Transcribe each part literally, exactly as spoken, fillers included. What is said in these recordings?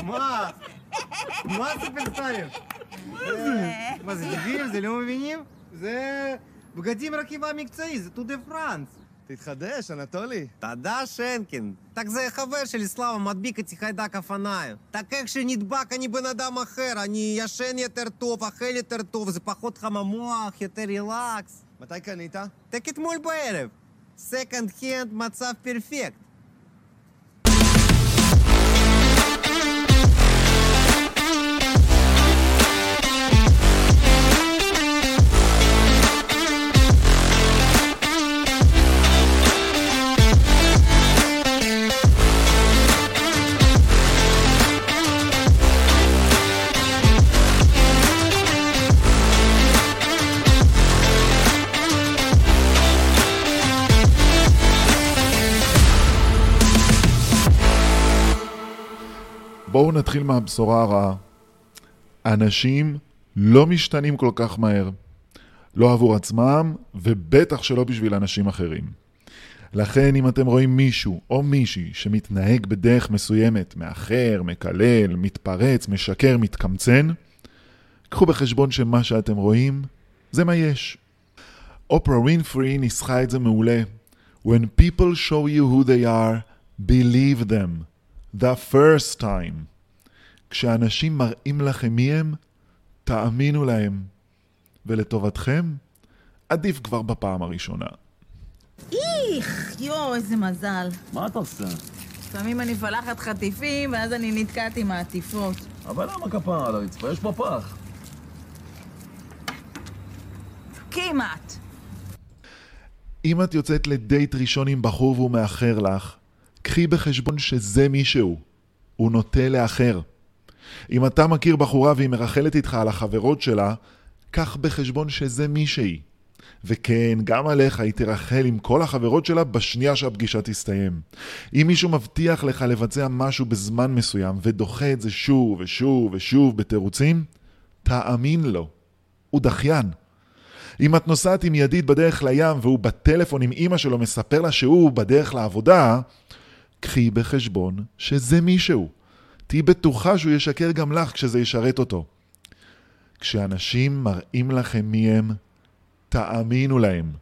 מה? מה סופרסטארים? מה זה? מה זה, דביל? זה לא מבינים? זה בגדים רכיבה מקצועי, זה טור דה פרנס. תתחדש, אנטולי. תודה, שנקין. Так זה חבר שלי, סלאבה, מדביק איתי חיידק אופניים. Так איך שנדבק, אני בן אדם אחר, אני ישן יותר טוב, אוכל יותר טוב, זה פחות חם המוח, יותר רילקס. מתי קנית? так אתמול בערב. סקנד הנד, מצב פרפקט. בואו נתחיל מהבשורה הרעה. אנשים לא משתנים כל כך מהר. לא עבור עצמם, ובטח שלא בשביל אנשים אחרים. לכן אם אתם רואים מישהו או מישהי שמתנהג בדרך מסוימת, מאחר, מקלל, מתפרץ, משקר, מתקמצן, קחו בחשבון שמה שאתם רואים, זה מה יש. אופרה ווינפרי ניסחה את זה מעולה. When people show you who they are, believe them. The first time. כשאנשים מראים לכם מי הם, תאמינו להם. ולטובתכם, עדיף כבר בפעם הראשונה. איך, יו, איזה מזל. מה אתה עושה? לפעמים אני פלחת חטיפים, ואז אני נתקעת עם העטיפות. אבל למה כפרה על הרצפה? יש פה פח. כמעט. אם את יוצאת לדייט ראשון עם בחור והוא מאחר לך, קחי בחשבון שזה מישהו. הוא נוטה לאחר. אם אתה מכיר בחורה והיא מרחלת איתך על החברות שלה, קח בחשבון שזה מישהי. וכן, גם עליך היא תרחל עם כל החברות שלה בשנייה שהפגישה תסתיים. אם מישהו מבטיח לך לבצע משהו בזמן מסוים ודוחה את זה שוב ושוב ושוב בתירוצים, תאמין לו. הוא דחיין. אם את נוסעת עם ידיד בדרך לים והוא בטלפון עם אמא שלו מספר לה שהוא בדרך לעבודה, קחי בחשבון שזה מישהו. תהי בטוחה שהוא ישקר גם לך כשזה ישרת אותו. כשאנשים מראים לכם מי הם, תאמינו להם.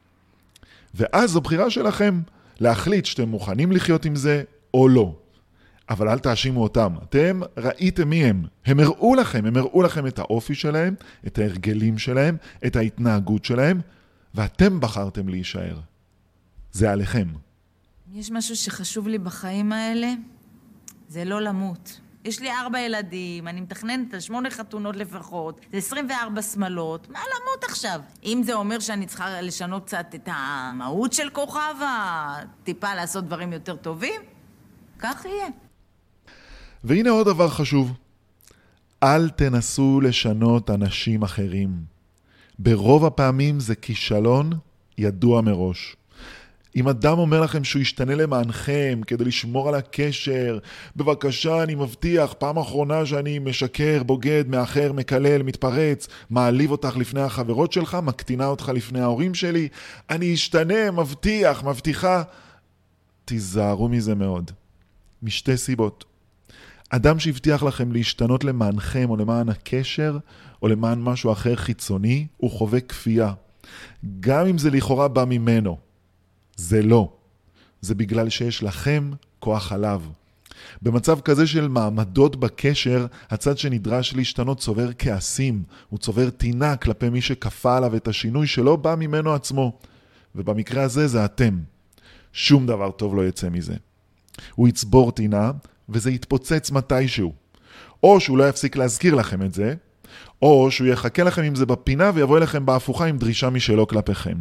ואז זו בחירה שלכם להחליט שאתם מוכנים לחיות עם זה או לא. אבל אל תאשימו אותם. אתם ראיתם מי הם. הם הראו לכם, הם הראו לכם את האופי שלהם, את ההרגלים שלהם, את ההתנהגות שלהם, ואתם בחרתם להישאר. זה עליכם. יש משהו שחשוב לי בחיים האלה, זה לא למות. יש לי ארבע ילדים, אני מתכננת על שמונה חתונות לפחות, זה עשרים וארבע שמלות, מה למות עכשיו? אם זה אומר שאני צריכה לשנות קצת את המהות של כוכבה, טיפה לעשות דברים יותר טובים, כך יהיה. והנה עוד דבר חשוב. אל תנסו לשנות אנשים אחרים. ברוב הפעמים זה כישלון ידוע מראש. אם אדם אומר לכם שהוא ישתנה למענכם כדי לשמור על הקשר, בבקשה, אני מבטיח, פעם אחרונה שאני משקר, בוגד, מאחר, מקלל, מתפרץ, מעליב אותך לפני החברות שלך, מקטינה אותך לפני ההורים שלי, אני אשתנה, מבטיח, מבטיחה. תיזהרו מזה מאוד. משתי סיבות. אדם שהבטיח לכם להשתנות למענכם או למען הקשר או למען משהו אחר חיצוני, הוא חווה כפייה. גם אם זה לכאורה בא ממנו. זה לא. זה בגלל שיש לכם כוח עליו. במצב כזה של מעמדות בקשר, הצד שנדרש להשתנות צובר כעסים, הוא צובר טינה כלפי מי שכפה עליו את השינוי שלא בא ממנו עצמו. ובמקרה הזה זה אתם. שום דבר טוב לא יצא מזה. הוא יצבור טינה, וזה יתפוצץ מתישהו. או שהוא לא יפסיק להזכיר לכם את זה, או שהוא יחכה לכם עם זה בפינה ויבוא אליכם בהפוכה עם דרישה משלו כלפיכם.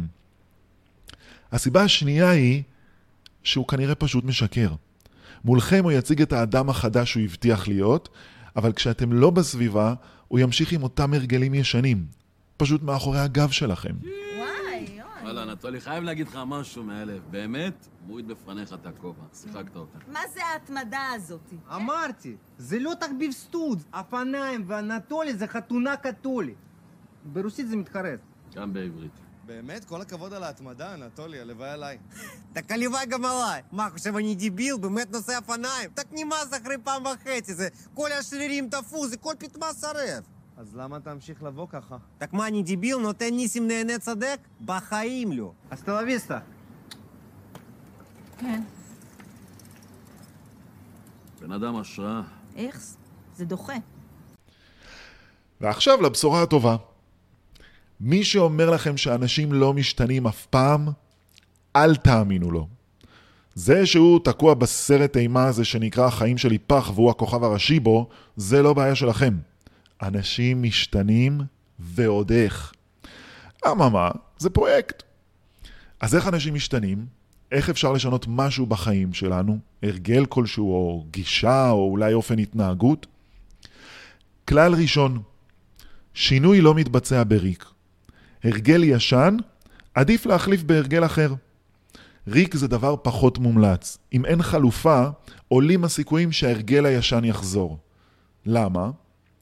הסיבה השנייה היא שהוא כנראה פשוט משקר. מולכם הוא יציג את האדם החדש שהוא הבטיח להיות, אבל כשאתם לא בסביבה, הוא ימשיך עם אותם הרגלים ישנים. פשוט מאחורי הגב שלכם. וואי, וואי. וואלה, נטולי, חייב להגיד לך משהו מהלב. באמת, מוריד בפניך את הכובע. שיחקת אותה. מה זה ההתמדה הזאת? אמרתי, זה לא תחביב סטוד. אופניים ואנטולי זה חתונה קתולית. ברוסית זה מתחרט. גם בעברית. באמת, כל הכבוד על ההתמדה, אנטולי, הלוואי עליי. Так הלוואי גם עליי. מה, חושב אני דיביל? באמת נושא אופניים? Так נמאס אחרי פעם וחצי, זה כל השרירים תפו, זה כל פתמה שרף. אז למה תמשיך לבוא ככה? Так מה, אני דיביל? נותן ניסים נהנה צדק? בחיים לא. אז תלוויסטה. כן. בן אדם השראה. איכס? זה דוחה. ועכשיו לבשורה הטובה. מי שאומר לכם שאנשים לא משתנים אף פעם, אל תאמינו לו. זה שהוא תקוע בסרט אימה הזה שנקרא החיים שלי פח והוא הכוכב הראשי בו, זה לא בעיה שלכם. אנשים משתנים ועוד איך. אממה, זה פרויקט. אז איך אנשים משתנים? איך אפשר לשנות משהו בחיים שלנו? הרגל כלשהו או גישה או אולי אופן התנהגות? כלל ראשון, שינוי לא מתבצע בריק. הרגל ישן, עדיף להחליף בהרגל אחר. ריק זה דבר פחות מומלץ. אם אין חלופה, עולים הסיכויים שההרגל הישן יחזור. למה?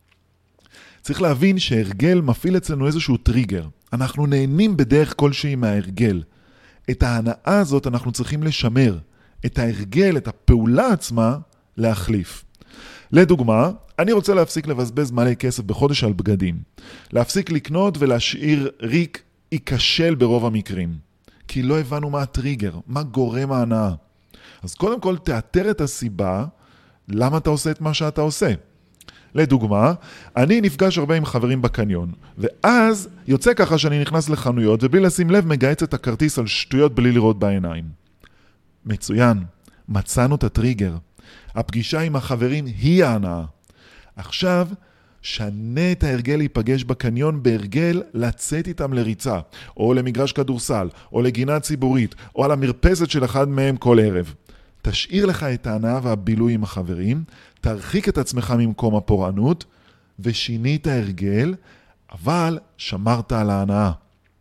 צריך להבין שהרגל מפעיל אצלנו איזשהו טריגר. אנחנו נהנים בדרך כלשהי מההרגל. את ההנאה הזאת אנחנו צריכים לשמר. את ההרגל, את הפעולה עצמה, להחליף. לדוגמה, אני רוצה להפסיק לבזבז מלא כסף בחודש על בגדים. להפסיק לקנות ולהשאיר ריק ייכשל ברוב המקרים. כי לא הבנו מה הטריגר, מה גורם ההנאה. אז קודם כל תאתר את הסיבה למה אתה עושה את מה שאתה עושה. לדוגמה, אני נפגש הרבה עם חברים בקניון, ואז יוצא ככה שאני נכנס לחנויות ובלי לשים לב מגייץ את הכרטיס על שטויות בלי לראות בעיניים. מצוין, מצאנו את הטריגר. הפגישה עם החברים היא ההנאה. עכשיו, שנה את ההרגל להיפגש בקניון בהרגל לצאת איתם לריצה, או למגרש כדורסל, או לגינה ציבורית, או על המרפסת של אחד מהם כל ערב. תשאיר לך את ההנאה והבילוי עם החברים, תרחיק את עצמך ממקום הפורענות, ושינית ההרגל, אבל שמרת על ההנאה.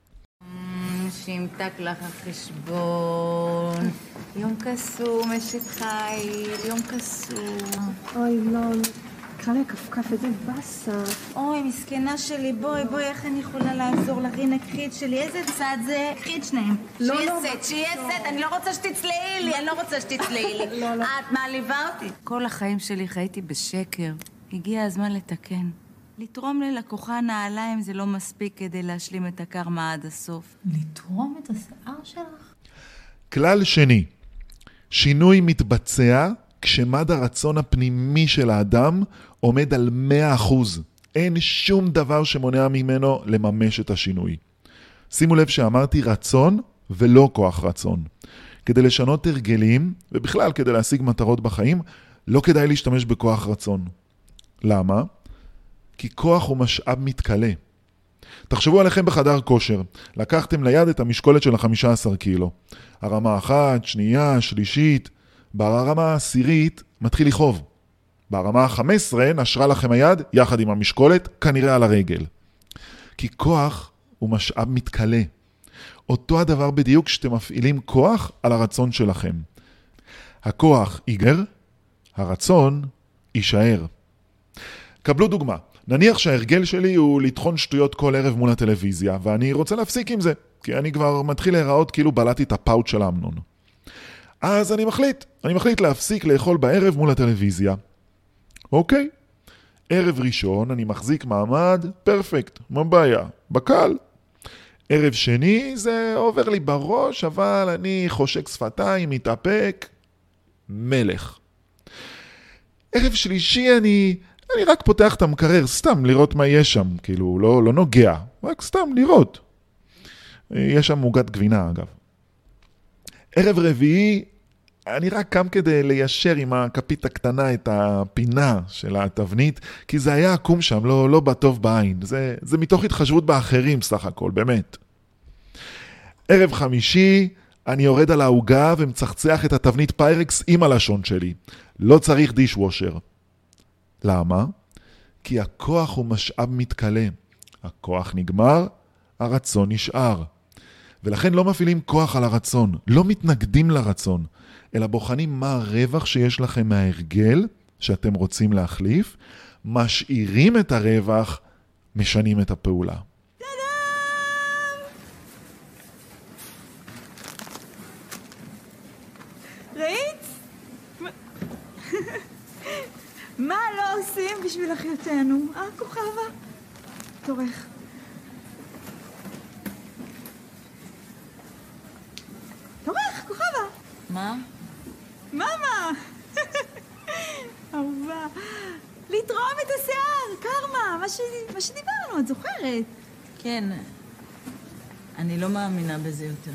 שימתק לך החשבון. יום קסום, אשת חיל, יום קסום. אוי, לא, קרא לי הכפכף, איזה בסה. אוי, מסכנה שלי, בואי, בואי, איך אני יכולה לעזור לך? הנה, קחי את שלי, איזה צד זה? קחי את שניהם. לא, שיהיה לא, סט, שיהיה סט, אני לא רוצה שתצלעי לי, אני לא רוצה שתצלעי לי. לא, לא. את מעליבה אותי. כל החיים שלי חייתי בשקר. הגיע הזמן לתקן. לתרום ללקוחה נעליים זה לא מספיק כדי להשלים את הקרמה עד הסוף. לתרום את השיער שלך? כלל שני, שינוי מתבצע כשמד הרצון הפנימי של האדם עומד על מאה אחוז. אין שום דבר שמונע ממנו לממש את השינוי. שימו לב שאמרתי רצון ולא כוח רצון. כדי לשנות הרגלים, ובכלל כדי להשיג מטרות בחיים, לא כדאי להשתמש בכוח רצון. למה? כי כוח הוא משאב מתקלה. תחשבו עליכם בחדר כושר. לקחתם ליד את המשקולת של ה-חמישה עשר קילו. הרמה אחת, שנייה, שלישית. ברמה העשירית מתחיל לחוב. ברמה ה-חמש עשרה נשרה לכם היד יחד עם המשקולת, כנראה על הרגל. כי כוח הוא משאב מתקלה. אותו הדבר בדיוק שאתם מפעילים כוח על הרצון שלכם. הכוח ייגר, הרצון יישאר. קבלו דוגמה. נניח שההרגל שלי הוא לטחון שטויות כל ערב מול הטלוויזיה, ואני רוצה להפסיק עם זה, כי אני כבר מתחיל להיראות כאילו בלעתי את הפאוט של האמנון. אז אני מחליט, אני מחליט להפסיק לאכול בערב מול הטלוויזיה. אוקיי. ערב ראשון אני מחזיק מעמד, פרפקט, מה בעיה? בקל. ערב שני זה עובר לי בראש, אבל אני חושק שפתיים, מתאפק, מלך. ערב שלישי אני, אני רק פותח את המקרר, סתם לראות מה יש שם, כאילו לא, לא נוגע, רק סתם לראות. יש שם מוגת גבינה אגב. ערב רביעי, אני רק קם כדי ליישר עם הכפית הקטנה את הפינה של התבנית, כי זה היה עקום שם, לא, לא בטוב בעין. זה, זה מתוך התחשבות באחרים סך הכל, באמת. ערב חמישי, אני יורד על ההוגה ומצחצח את התבנית פיירקס עם הלשון שלי. לא צריך דישוושר. למה? כי הכוח הוא משאב מתקלה. הכוח נגמר, הרצון נשאר. ולכן לא מפעילים כוח על הרצון, לא מתנגדים לרצון, אלא בוחנים מה הרווח שיש לכם מההרגל שאתם רוצים להחליף, משאירים את הרווח, משנים את הפעולה. ראית? מה לא עושים בשביל אחיותינו? אה, כוכבה? תורך. תורך, כוכבה. מה? מאמה! אהובה. לתרום את השיער, קרמה, מה, ש... מה שדיברנו, את זוכרת? כן. אני לא מאמינה בזה יותר.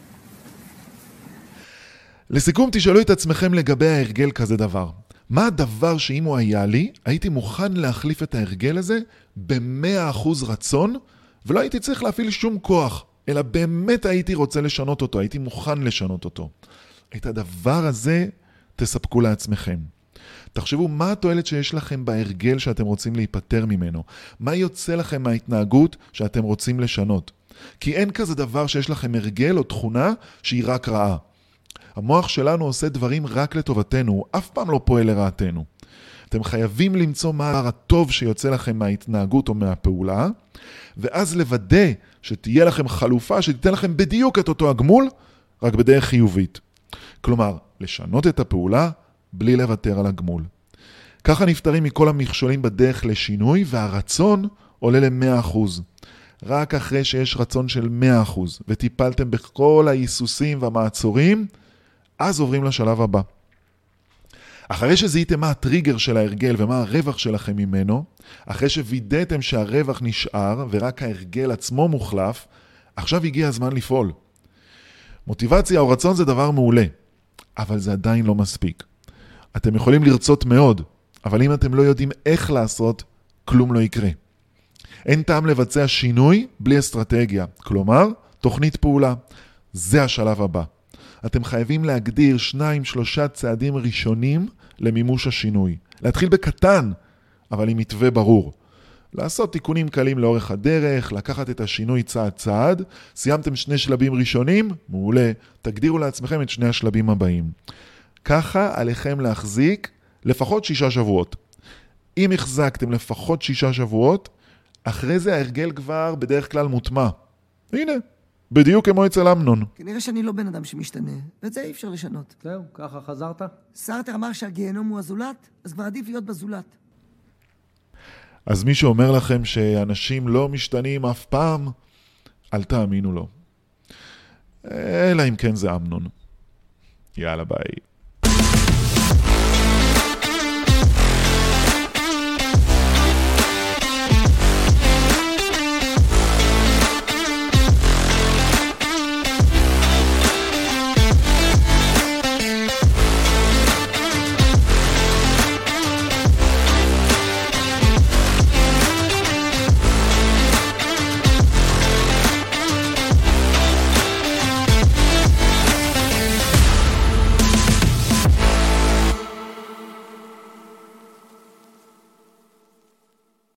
לסיכום, תשאלו את עצמכם לגבי ההרגל כזה דבר. מה הדבר שאם הוא היה לי, הייתי מוכן להחליף את ההרגל הזה ב-מאה אחוז רצון, ולא הייתי צריך להפעיל שום כוח, אלא באמת הייתי רוצה לשנות אותו, הייתי מוכן לשנות אותו. את הדבר הזה תספקו לעצמכם. תחשבו מה התועלת שיש לכם בהרגל שאתם רוצים להיפטר ממנו. מה יוצא לכם מההתנהגות שאתם רוצים לשנות. כי אין כזה דבר שיש לכם הרגל או תכונה שהיא רק רעה. המוח שלנו עושה דברים רק לטובתנו, הוא אף פעם לא פועל לרעתנו. אתם חייבים למצוא מה הטוב שיוצא לכם מההתנהגות או מהפעולה, ואז לוודא שתהיה לכם חלופה שתיתן לכם בדיוק את אותו הגמול, רק בדרך חיובית. כלומר, לשנות את הפעולה בלי לוותר על הגמול. ככה נפטרים מכל המכשולים בדרך לשינוי, והרצון עולה ל-מאה אחוז. רק אחרי שיש רצון של מאה אחוז, וטיפלתם בכל ההיסוסים והמעצורים, אז עוברים לשלב הבא. אחרי שזיהיתם מה הטריגר של ההרגל ומה הרווח שלכם ממנו, אחרי שווידאתם שהרווח נשאר ורק ההרגל עצמו מוחלף, עכשיו הגיע הזמן לפעול. מוטיבציה או רצון זה דבר מעולה, אבל זה עדיין לא מספיק. אתם יכולים לרצות מאוד, אבל אם אתם לא יודעים איך לעשות, כלום לא יקרה. אין טעם לבצע שינוי בלי אסטרטגיה, כלומר, תוכנית פעולה. זה השלב הבא. אתם חייבים להגדיר שניים, שלושה צעדים ראשונים למימוש השינוי. להתחיל בקטן, אבל עם מתווה ברור. לעשות תיקונים קלים לאורך הדרך, לקחת את השינוי צעד צעד. סיימתם שני שלבים ראשונים? מעולה. תגדירו לעצמכם את שני השלבים הבאים. ככה עליכם להחזיק לפחות שישה שבועות. אם החזקתם לפחות שישה שבועות, אחרי זה ההרגל כבר בדרך כלל מוטמע. הנה, בדיוק כמו אצל אמנון. כנראה שאני לא בן אדם שמשתנה, ואת זה אי אפשר לשנות. זהו, ככה חזרת? סרטר אמר שהגיהנום הוא הזולת, אז כבר עדיף להיות בזולת. אז מי שאומר לכם שאנשים לא משתנים אף פעם, אל תאמינו לו. אלא אם כן זה אמנון. יאללה ביי.